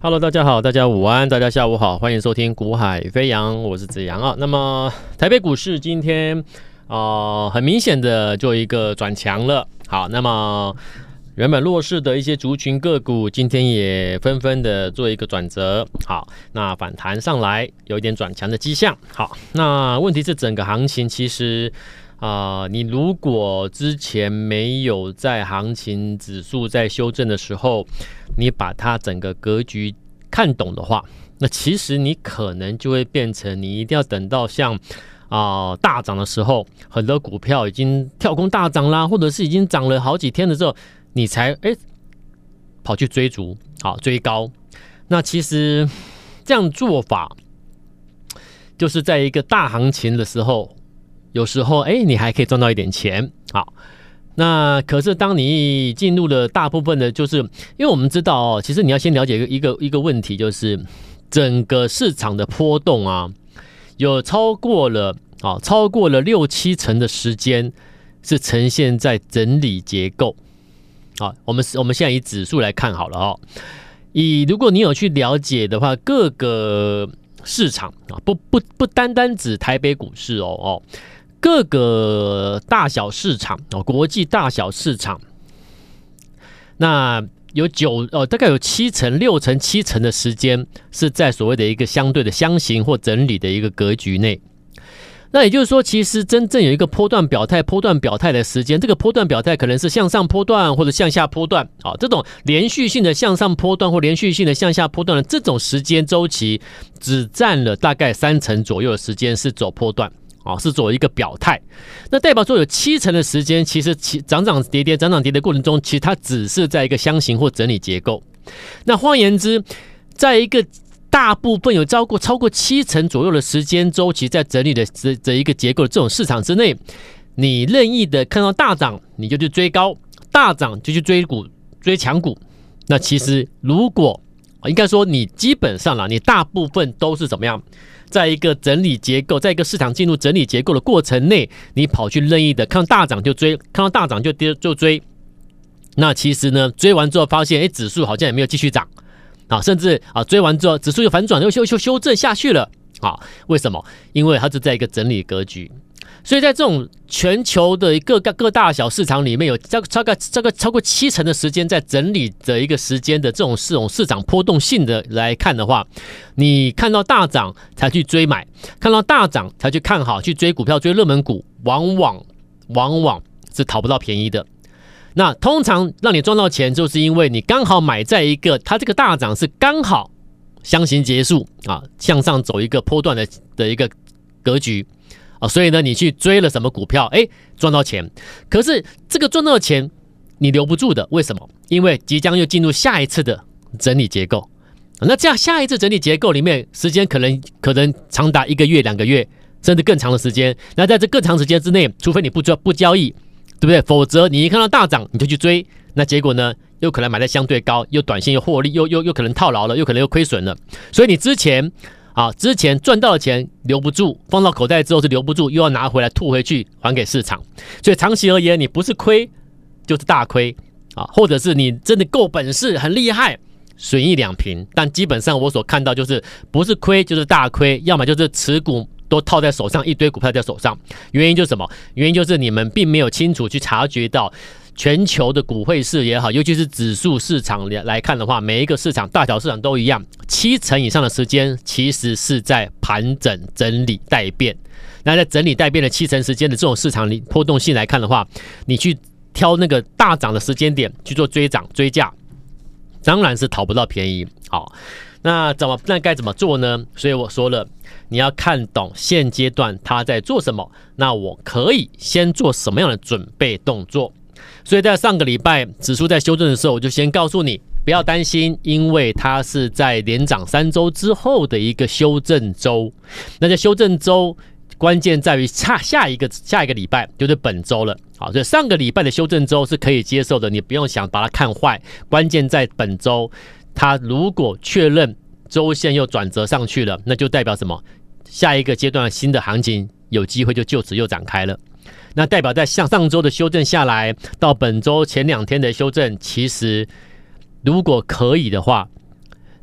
Hello， 大家好，大家午安，大家下午好，欢迎收听股海飞扬，我是子阳啊。那么台北股市今天很明显的就一个转强了。好，那么原本弱势的一些族群个股，今天也纷纷的做一个转折。好，那反弹上来有一点转强的迹象。好，那问题是整个行情其实你如果之前没有在行情指数在修正的时候，你把它整个格局看懂的话，那其实你可能就会变成你一定要等到像大涨的时候，很多股票已经跳空大涨啦，或者是已经涨了好几天的时候，你才跑去追逐，好追高。那其实这样做法，就是在一个大行情的时候，有时候你还可以赚到一点钱。好，那可是当你进入了大部分的，就是因为我们知道其实你要先了解一个问题，就是整个市场的波动有超过了6-7成的时间是呈现在整理结构。好，我们现在以指数来看好了如果你有去了解的话，各个市场不单单指台北股市各个大小市场国际大小市场，那大概有6-7成的时间是在所谓的一个相对的箱型或整理的一个格局内。那也就是说，其实真正有一个波段表态的时间，这个波段表态可能是向上波段或者向下波段这种连续性的向上波段或连续性的向下波段的这种时间周期，只占了大概3成左右的时间是走波段。是做一个表态，那代表说有7成的时间，其实涨涨跌跌的过程中，其实它只是在一个箱型或整理结构。那换言之，在一个大部分有超过7成左右的时间周期在整理的这一个结构的这种市场之内，你任意的看到大涨，你就去追高，大涨就去追强股。那其实如果应该说你基本上你大部分都是怎么样？在一个整理结构，在一个市场进入整理结构的过程内，你跑去任意的看到大涨就追，看到大涨就追。那其实呢，追完之后发现，指数好像也没有继续涨甚至追完之后，指数又反转又修正下去了为什么？因为它是在一个整理格局。所以在这种全球的各大小市场里面，有超过7成的时间在整理的一个时间的这种市场波动性的来看的话，你看到大涨才去追买，看到大涨才去看好去追股票追热门股，往往是讨不到便宜的。那通常让你赚到钱，就是因为你刚好买在一个它这个大涨是刚好箱型结束向上走一个波段的一个格局所以呢，你去追了什么股票，赚到钱。可是这个赚到钱你留不住的，为什么？因为即将又进入下一次的整理结构。那这样下一次整理结构里面，时间可能长达1个月、2个月，甚至更长的时间。那在这更长时间之内，除非你不交易，对不对？否则你一看到大涨你就去追，那结果呢，又可能买在相对高，又短线又获利，又可能套牢了，又可能又亏损了。所以你之前赚到的钱留不住，放到口袋之后是留不住，又要拿回来吐回去还给市场。所以长期而言，你不是亏就是大亏或者是你真的够本事很厉害，损益两平。但基本上我所看到就是不是亏就是大亏，要么就是持股都套在手上，一堆股票在手上。原因就是什么？原因就是你们并没有清楚去察觉到全球的股汇市也好，尤其是指数市场来看的话，每一个市场大小市场都一样，7成以上的时间其实是在盘整整理待变。那在整理待变的7成时间的这种市场波动性来看的话，你去挑那个大涨的时间点去做追涨追价，当然是讨不到便宜。好，那该怎么做呢？所以我说了，你要看懂现阶段他在做什么，那我可以先做什么样的准备动作。所以在上个礼拜指数在修正的时候，我就先告诉你不要担心，因为它是在连涨3周之后的一个修正周。那在修正周关键在于下一个礼拜就是本周了。好，所以上个礼拜的修正周是可以接受的，你不用想把它看坏。关键在本周，它如果确认周线又转折上去了，那就代表什么？下一个阶段新的行情有机会就此又展开了。那代表在上周的修正下来，到本周前2天的修正，其实如果可以的话，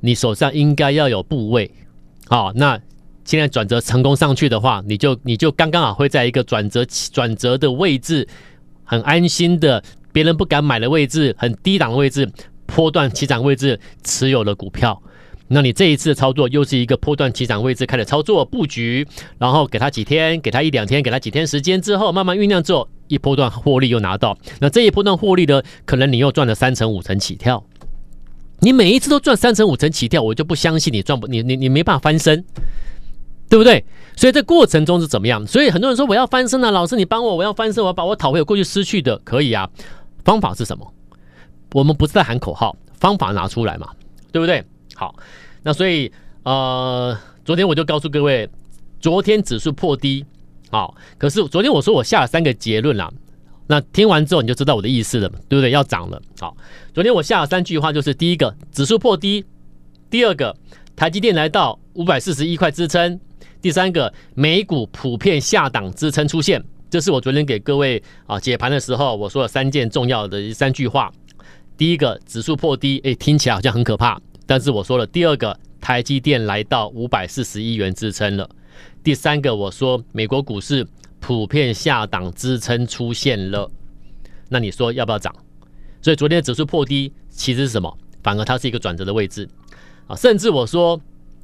你手上应该要有部位。好，那现在转折成功上去的话，你就刚刚好会在一个转折的位置，很安心的，别人不敢买的位置，很低档的位置，波段起涨位置持有了股票。那你这一次的操作又是一个波段起涨位置开始操作布局，然后给他几天，给他1-2天，给他几天时间之后，慢慢酝酿之后，一波段获利又拿到。那这一波段获利呢，可能你又赚了3成5成起跳。你每一次都赚3成5成起跳，我就不相信你没办法翻身，对不对？所以这过程中是怎么样？所以很多人说我要翻身啊，老师你帮我要翻身，我要把我讨回我过去失去的，可以啊。方法是什么？我们不是在喊口号，方法拿出来嘛，对不对？好，那所以昨天我就告诉各位，昨天指数破低，好，可是昨天我说我下了3个结论啦，那听完之后你就知道我的意思了，对不对？要涨了。好，昨天我下了3句话，就是第一个，指数破低；第二个，台积电来到541块支撑；第三个，美股普遍下档支撑出现。这是我昨天给各位解盘的时候我说了3件重要的3句话。第一个，指数破低，听起来好像很可怕。但是我说了，第二个，台积电来到541元支撑了。第三个，我说美国股市普遍下档支撑出现了。那你说要不要涨？所以昨天的指数破低，其实是什么？反而它是一个转折的位置甚至我说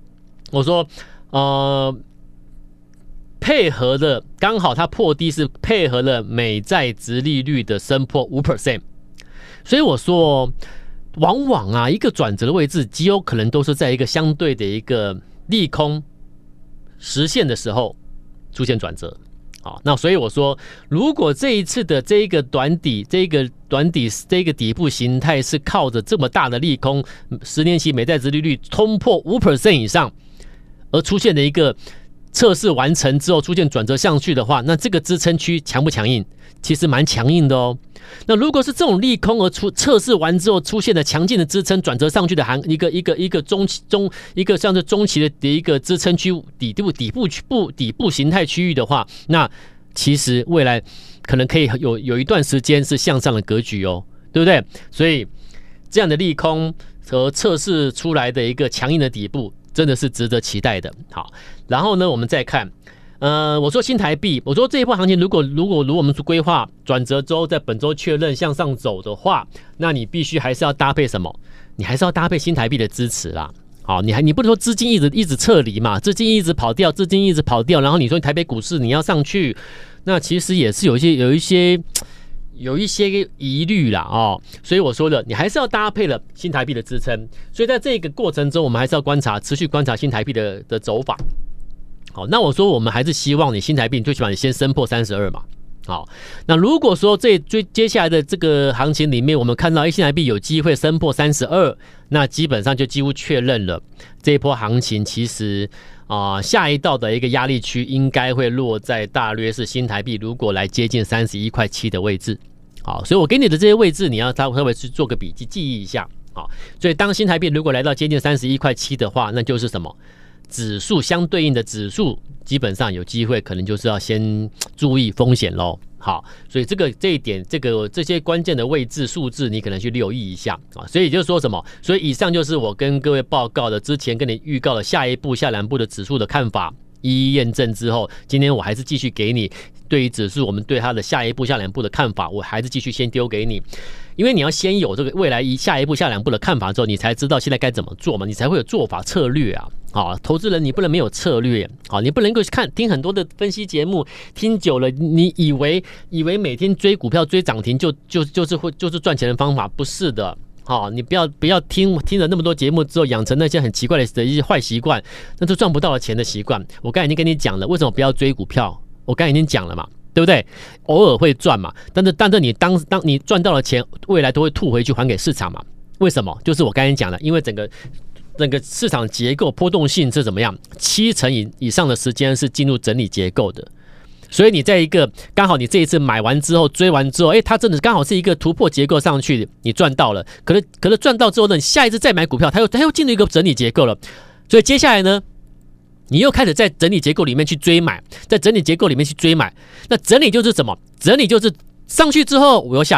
配合的刚好它破低是配合了美债殖利率的升破 5%。所以我说往往一个转折的位置极有可能都是在一个相对的一个利空实现的时候出现转折。好，那所以我说，如果这一次的这个短底这个底部形态是靠着这么大的利空，10年期美债殖利率冲破 5% 以上而出现的一个测试完成之后出现转折上去的话，那这个支撑区强不强硬？其实蛮强硬的哦。那如果是这种利空而测试完之后出现的强劲的支撑转折上去的一个一个像是中期的一个支撑区底部形态区域的话，那其实未来可能可以有一段时间是向上的格局哦，对不对？所以这样的利空和测试出来的一个强硬的底部，真的是值得期待的。好，然后呢，我们再看。我说新台币，我说这一波行情如果我们规划转折周在本周确认向上走的话，那你必须还是要搭配什么？你还是要搭配新台币的支持啦。好，你不能说资金一直撤离嘛，资金一直跑掉，然后你说台北股市你要上去，那其实也是有一些疑虑啦所以我说了，你还是要搭配了新台币的支撑。所以在这个过程中，我们还是要持续观察新台币的走法。好，那我说我们还是希望你新台币最起码你先升破32嘛。好，那如果说接下来的这个行情里面，我们看到新台币有机会升破32，那基本上就几乎确认了这一波行情其实下一道的一个压力区应该会落在大约是新台币如果来接近31.7块的位置。好，所以我给你的这些位置你要稍微去做个笔记记忆一下。好，所以当新台币如果来到接近31.7块的话，那就是什么？指数相对应的指数基本上有机会可能就是要先注意风险咯。好，所以这一点这些关键的位置数字你可能去留意一下所以也就是说什么？所以以上就是我跟各位报告的之前跟你预告的下一步下两步的指数的看法，一一验证之后，今天我还是继续给你对于指数我们对它的下一步下两步的看法，我还是继续先丢给你。因为你要先有这个未来下一步下两步的看法之后，你才知道现在该怎么做嘛，你才会有做法策略啊。好，投资人你不能没有策略，好，你不能够听很多的分析节目，听久了你以为每天追股票追涨停就是赚钱的方法，不是的。好，你不要听了那么多节目之后养成那些很奇怪的一些坏习惯，那就赚不到钱的习惯。我刚才已经跟你讲了，为什么不要追股票？我刚才已经讲了嘛。对不对？偶尔会赚嘛，但是你当你赚到了钱，未来都会吐回去还给市场嘛？为什么？就是我刚才讲的，因为整个市场结构波动性是怎么样？70%以上的时间是进入整理结构的，所以你在一个刚好你这一次买完之后追完之后，它真的刚好是一个突破结构上去，你赚到了。可是赚到之后呢，你下一次再买股票，它又进入一个整理结构了，所以接下来呢？你又开始在整理结构里面去追买，在整理结构里面去追买，那整理就是什么？整理就是上去之后我又下来，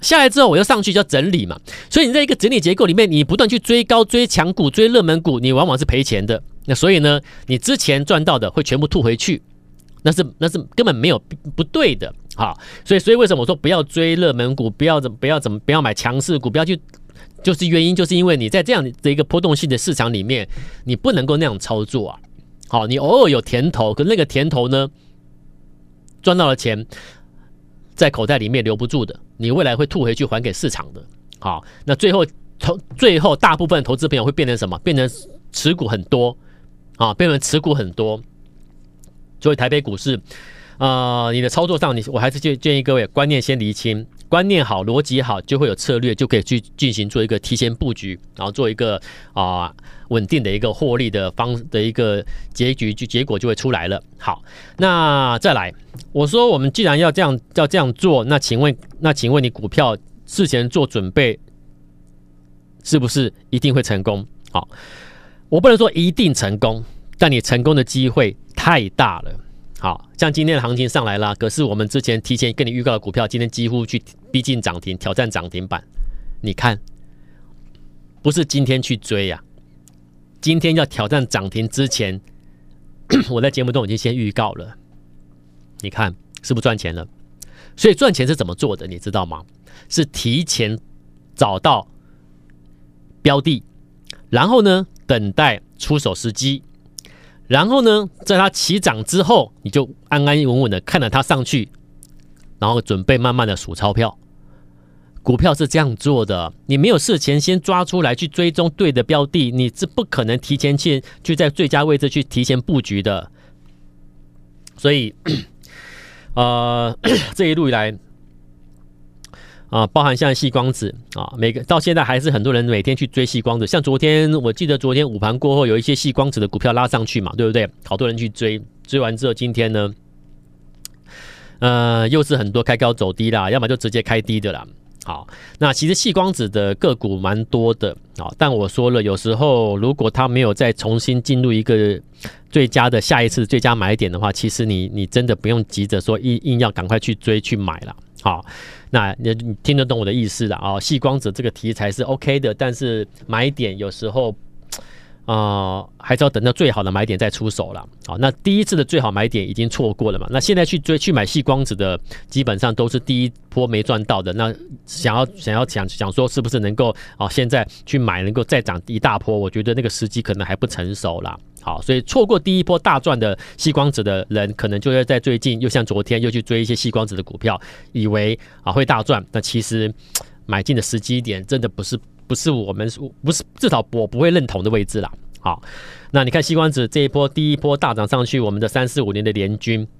下来之后我又上去叫整理嘛，所以你在一个整理结构里面，你不断去追高、追强股、追热门股，你往往是赔钱的。那所以呢，你之前赚到的会全部吐回去，那是根本没有不对的。好，所以为什么我说不要追热门股，不要买强势股，不要去，就是原因就是因为你在这样的一个波动性的市场里面，你不能够那样操作啊。好，你偶尔有甜头，可是那个甜头呢，赚到了钱在口袋里面留不住的，你未来会吐回去还给市场的。好，那最后大部分投资朋友会变成什么？变成持股很多啊，变成持股很多。所以台北股市，你的操作上，我还是建议各位观念先厘清，观念好，逻辑好，就会有策略，就可以去进行做一个提前布局，然后做一个稳定的一个获利的一个结果就会出来了。好，那再来，我说我们既然要这样做，那请问你股票事前做准备，是不是一定会成功？好，我不能说一定成功，但你成功的机会太大了。好，像今天的行情上来了，可是我们之前提前跟你预告的股票，今天几乎去逼近涨停，挑战涨停板。你看，不是今天去追啊，今天要挑战涨停之前，我在节目中已经先预告了。你看是不是赚钱了？所以赚钱是怎么做的，你知道吗？是提前找到标的，然后呢，等待出手时机。然后呢，在它起涨之后，你就安安稳稳的看着它上去，然后准备慢慢的数钞票。股票是这样做的，你没有事前先抓出来去追踪对的标的，你是不可能提前去在最佳位置去提前布局的。所以，这一路以来，包含像矽光子啊，到现在还是很多人每天去追矽光子。像我记得昨天午盘过后，有一些矽光子的股票拉上去嘛，对不对？好多人去追完之后，今天呢，又是很多开高走低啦，要么就直接开低的啦。好，那其实矽光子的个股蛮多的啊，但我说了，有时候如果它没有再重新进入一个下一次最佳买点的话，其实你真的不用急着说硬要赶快去追去买了。好，那你听得懂我的意思了啊？矽光子这个题材是 OK 的，但是买点有时候还是要等到最好的买点再出手了。好，那第一次的最好买点已经错过了嘛？那现在去买矽光子的，基本上都是第一波没赚到的。那想说是不是能够现在去买能够再涨一大波？我觉得那个时机可能还不成熟啦。好，所以错过第一波大赚的矽光子的人，可能就会在最近又像昨天又去追一些矽光子的股票，以为会大赚。那其实买进的时机点真的不是至少我不会认同的位置啦。好，那你看矽光子这一波第一波大涨上去，我们的345年的联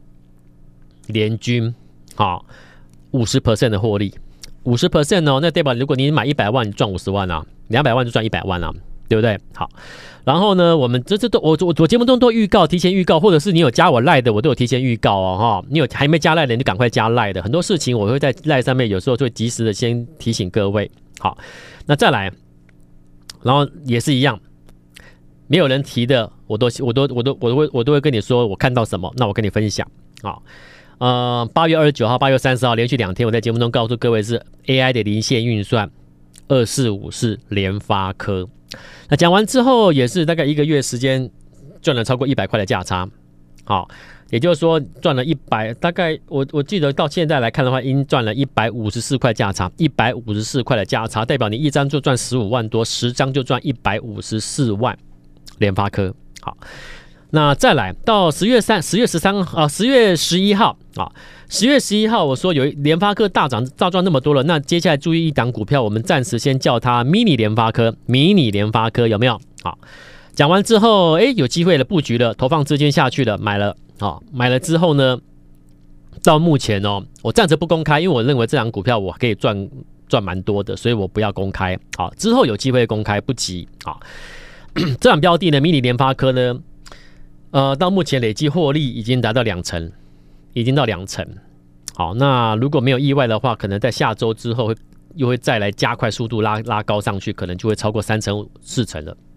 军好 50% 的获利 50% 哦，那代表如果你买100万，你赚50万啊，200万就赚100万啊，对不对？好，然后呢，我们这都我节目中都提前预告，或者是你有加我 LINE 的，我都有提前预告哦哈。你还没加 LINE 的，你就赶快加 LINE 的，很多事情我会在 LINE 上面有时候就会及时的先提醒各位。好，那再来，然后也是一样，没有人提的，我都会跟你说我看到什么，那我跟你分享。好，8月29号、8月30号连续2天，我在节目中告诉各位是 AI 的离线运算2454联发科。那讲完之后，也是大概1个月时间赚了超过100块的价差。好，也就是说赚了100，大概我记得到现在来看的话，已经赚了154块价差，154块的价差，代表你一张就赚15万多，10张就赚154万。联发科。好，那再来到10月11号啊，10月11号我说有联发科大赚那么多了，那接下来注意一档股票，我们暂时先叫它迷你联发科有没有？好，讲完之后，有机会了，布局了，投放资金下去了，买了，买了之后呢，到目前我暂时不公开，因为我认为这档股票我可以赚蛮多的，所以我不要公开。好，之后有机会公开，不急。好。这档标的呢，迷你联发科呢，到目前累计获利已经达到2成，已经到2成。好，那如果没有意外的话，可能在下周之后又会再来加快速度拉高上去，可能就会超过3成4成了。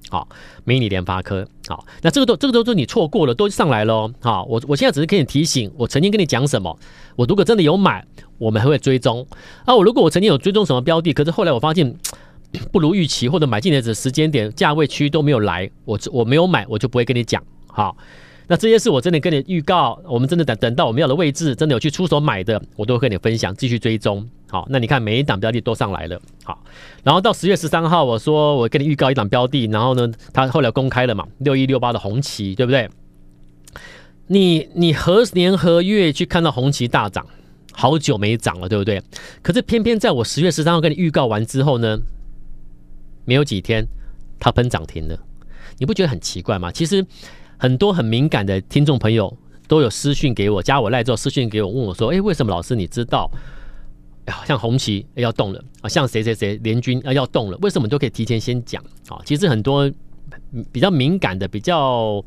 好，迷你联发科，好，那这个都是你错过了，都上来了哦。好，我现在只是跟你提醒，我曾经跟你讲什么，我如果真的有买，我们还会追踪啊。如果我曾经有追踪什么标的，可是后来我发现不如预期，或者买进的时间点、价位区都没有来，我没有买，我就不会跟你讲。好，那这些是我真的跟你预告，我们真的等到我们要的位置，真的有去出手买的，我都会跟你分享，继续追踪。好，那你看每一档标的都上来了。好，然后到10月13号，我说我跟你预告一档标的，然后呢，他后来公开了嘛，6168的红旗，对不对？你何年何月去看到红旗大涨？好久没涨了，对不对？可是偏偏在我10月13号跟你预告完之后呢，没有几天，它喷涨停了。你不觉得很奇怪吗？其实很多很敏感的听众朋友都有私讯给我，加我赖之后私讯给我，问我说：“为什么老师你知道？像红旗要动了啊，像谁联军要动了，为什么你都可以提前先讲啊？”其实很多比较敏感的，比较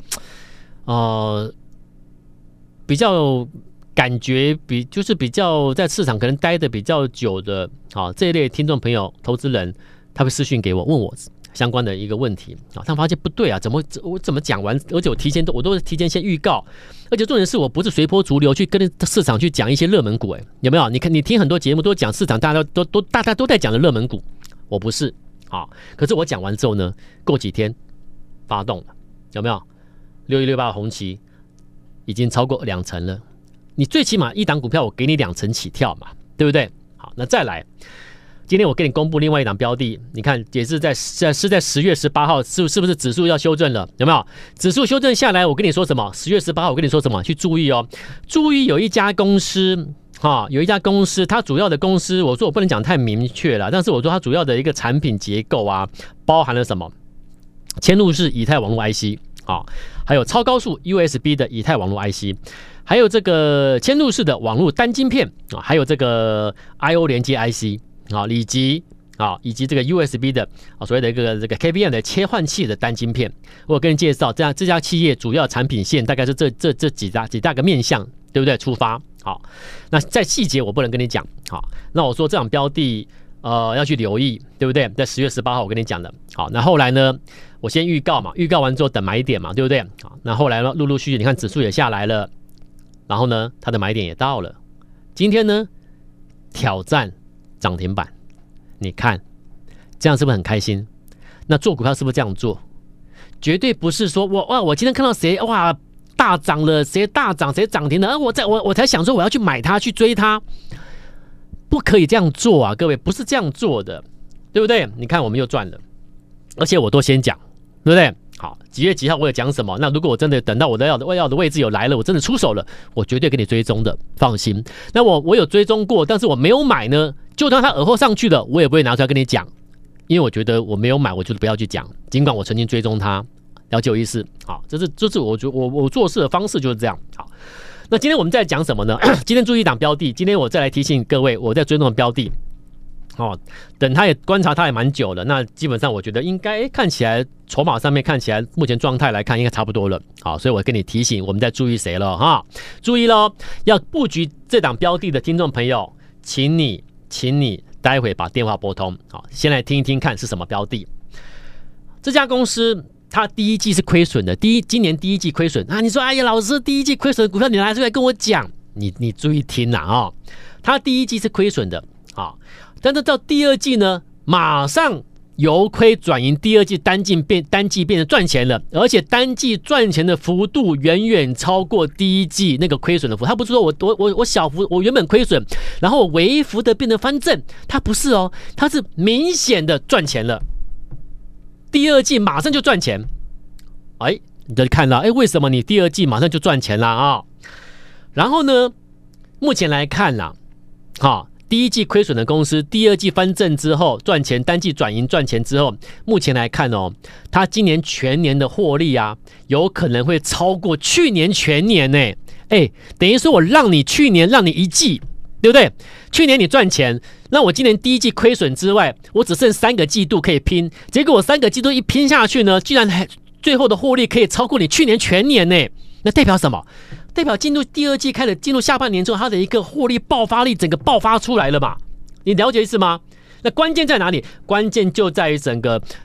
感觉就是比较在市场可能待的比较久的这一类听众朋友、投资人，他会私讯给我，问我相关的一个问题啊，他发现不对啊，我怎么讲完，而且我都是提前先预告，而且重点是我不是随波逐流去跟市场去讲一些热门股，有没有？你听很多节目都讲市场，大家都在讲的热门股，我不是啊。可是我讲完之后呢，过几天发动了，有没有？6168红旗已经超过2成了，你最起码一档股票我给你2成起跳嘛，对不对？好，那再来。今天我给你公布另外一档标的，你看也是在10月18号，是不是指数要修正了？有没有？指数修正下来，我跟你说什么？10月18号我跟你说什么？去注意哦，注意有一家公司有一家公司，它主要的公司，我说我不能讲太明确了，但是我说它主要的一个产品结构啊，包含了什么？嵌入式以太网络 IC 还有超高速 USB 的以太网络 IC， 还有这个嵌入式的网络单晶片还有这个 I/O 连接 IC。以及这个 USB 的所谓的这个 KVM 的切换器的单晶片，我跟你介绍，这家企业主要产品线大概是这几大个面向，对不对？出发好，那在细节我不能跟你讲好，那我说这场标的要去留意，对不对？在10月18号我跟你讲的好，那后来呢，我先预告嘛，预告完之后等买点嘛，对不对？好，那后来呢，陆陆续续你看指数也下来了，然后呢，它的买点也到了，今天呢挑战涨停板，你看这样是不是很开心？那做股票是不是这样做？绝对不是说我今天看到谁大涨了，谁大涨谁涨停了，我才想说我要去买它去追它，不可以这样做啊，各位不是这样做的，对不对？你看我们又赚了，而且我都先讲，对不对？好，几月几号我有讲什么？那如果我真的等到我要的位置有来了，我真的出手了，我绝对给你追踪的，放心。那我有追踪过，但是我没有买呢，就算它耳后上去了，我也不会拿出来跟你讲，因为我觉得我没有买，我就不要去讲。尽管我曾经追踪它，了解我意思？好，这是我做事的方式就是这样。好，那今天我们在讲什么呢？今天注意一档标的，今天我再来提醒各位，我在追踪的标的。等他也观察他也蛮久了，那基本上我觉得应该看起来筹码上面看起来目前状态来看应该差不多了。好，所以我跟你提醒，我们在注意谁了哈？注意咯，要布局这档标的的听众朋友，请你待会把电话拨通。好，先来听一听看是什么标的。这家公司它第一季是亏损的，今年第一季亏损啊！你说哎呀，老师第一季亏损的股票你拿出来跟我讲，你注意听啊它第一季是亏损的但是到第二季呢，马上由亏转盈，第二季单季变成赚钱了，而且单季赚钱的幅度远远超过第一季那个亏损的幅度。他不是说我小幅，我原本亏损，然后我微幅的变成翻正，他不是哦，他是明显的赚钱了，第二季马上就赚钱。你就看到为什么你第二季马上就赚钱了然后呢，目前来看啦，第一季亏损的公司，第二季翻正之后赚钱，单季转盈赚钱之后，目前来看它今年全年的获利有可能会超过去年全年呢。等于说我去年让你一季，对不对？去年你赚钱，那我今年第一季亏损之外，我只剩3个季度可以拼，结果我3个季度一拼下去呢，居然最后的获利可以超过你去年全年呢。那代表什么？代表进入第二季开始进入下半年之后，它的一个获利爆发力整个爆发出来了嘛？你了解意思吗？那关键在哪里？关键就在于整个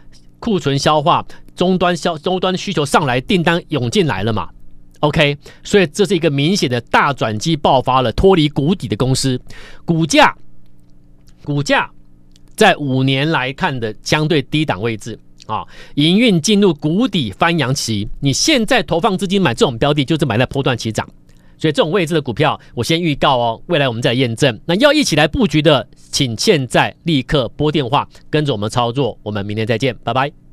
库存消化，终端的需求上来，订单涌进来了嘛。OK， 所以这是一个明显的大转机爆发了，脱离谷底的公司，股价在5年来看的相对低档位置啊，营运进入谷底翻扬期，你现在投放资金买这种标的，就是买在波段起涨，所以这种位置的股票，我先预告哦，未来我们再来验证。那要一起来布局的，请现在立刻拨电话，跟着我们操作，我们明天再见，拜拜。